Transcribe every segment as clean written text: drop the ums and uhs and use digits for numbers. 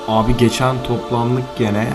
Abi geçen toplandık gene.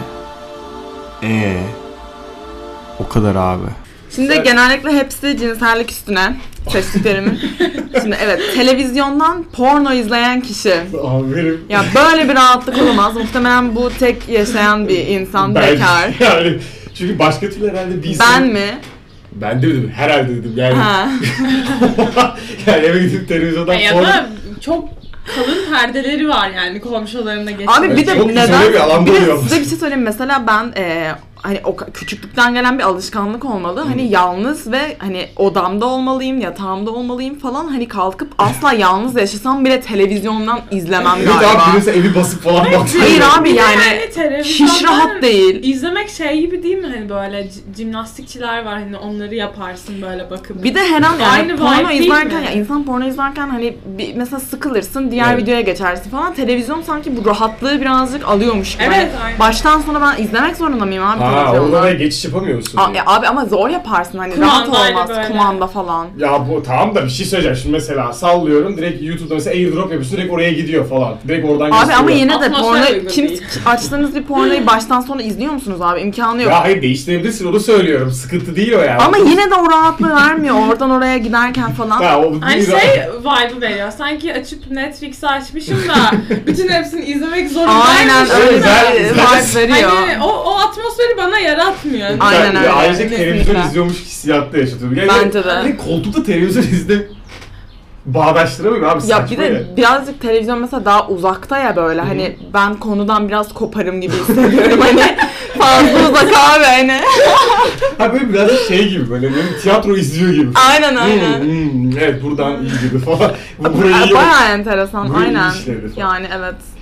O kadar abi. Şimdi genellikle hepsi cinsellik üstüne seçtiklerimin. Şimdi evet, televizyondan porno izleyen kişi. Abi benim... Ya böyle bir rahatlık olamaz. Muhtemelen bu tek yaşayan bir insan, bekar. Yani çünkü başka türlü herhalde bir insan... Ben mi? Ben de dedim, herhalde dedim yani. Ha. Yani eve gidip televizyondan ya da çok kalın perdeleri var yani komşularına geçiyor. Abi bir de çok neden? bir alanda Bir de oluyor. size bir şey söyleyeyim. Mesela ben hani o küçüklükten gelen bir alışkanlık olmalı. Hani yalnız ve hani odamda olmalıyım, yatağımda olmalıyım falan. Hani kalkıp asla yalnız yaşasam bile televizyondan izlemem Evet galiba. abi birisi evi basıp falan baksana. Hayır abi yani hiç televizyondan rahat değil. İzlemek şey gibi değil mi, hani böyle jimnastikçiler var, hani onları yaparsın böyle bakıp. Bir de her an yani Aynı porno vibe değil izlerken mi? ya insan porno izlerken hani mesela sıkılırsın, diğer Evet. videoya geçersin falan. Televizyon sanki bu rahatlığı birazcık alıyormuş gibi. Evet, Hani aynen. baştan sona ben izlemek zorunda mıyım abi Ha televizyonda? oraya geçiş yapamıyor musun? Abi ama zor yaparsın hani rahat Kumandayla olmaz böyle. kumanda falan. Ya bu tamam da bir şey söyleyeceğim. Şimdi mesela sallıyorum, direkt YouTube'da mesela airdrop yapıyorsun, direkt oraya gidiyor falan. Direkt oradan Abi gösteriyor. ama yine de Atmosfer porno uygun kim değil. açtığınız bir pornoyu baştan sona izliyor musunuz abi? İmkanı yok. Ya hayır, değiştirebilirsin, onu söylüyorum. Sıkıntı değil o yani. Ama yine de o rahatlığı vermiyor oradan oraya giderken falan. Ha, o Hani değil şey vibe'ı veriyor. Sanki açıp Netflix'i açmışım da bütün hepsini izlemek zorundaymışım. Aynen öyle Ben- bir vibe veriyor. Hani o atmosferi bana yaratmıyor. Aynen öyle, Ayrıca kesinlikle. televizyon izliyormuş hissiyatta yaşatıyor. Yani Bence de. Hani koltukta televizyon izle bağdaştıramıyorum abi, Ya saçma bir de birazcık televizyon mesela daha uzakta ya böyle hani ben konudan biraz koparım gibi hissediyorum hani fazla uzak abi hani. Ha böyle biraz şey gibi, böyle tiyatro izliyor gibi. Aynen aynen. Evet buradan iyi gibi falan. Bu burayı iyi. Bayağı enteresan Burayı iyi aynen. işledi falan. Yani evet.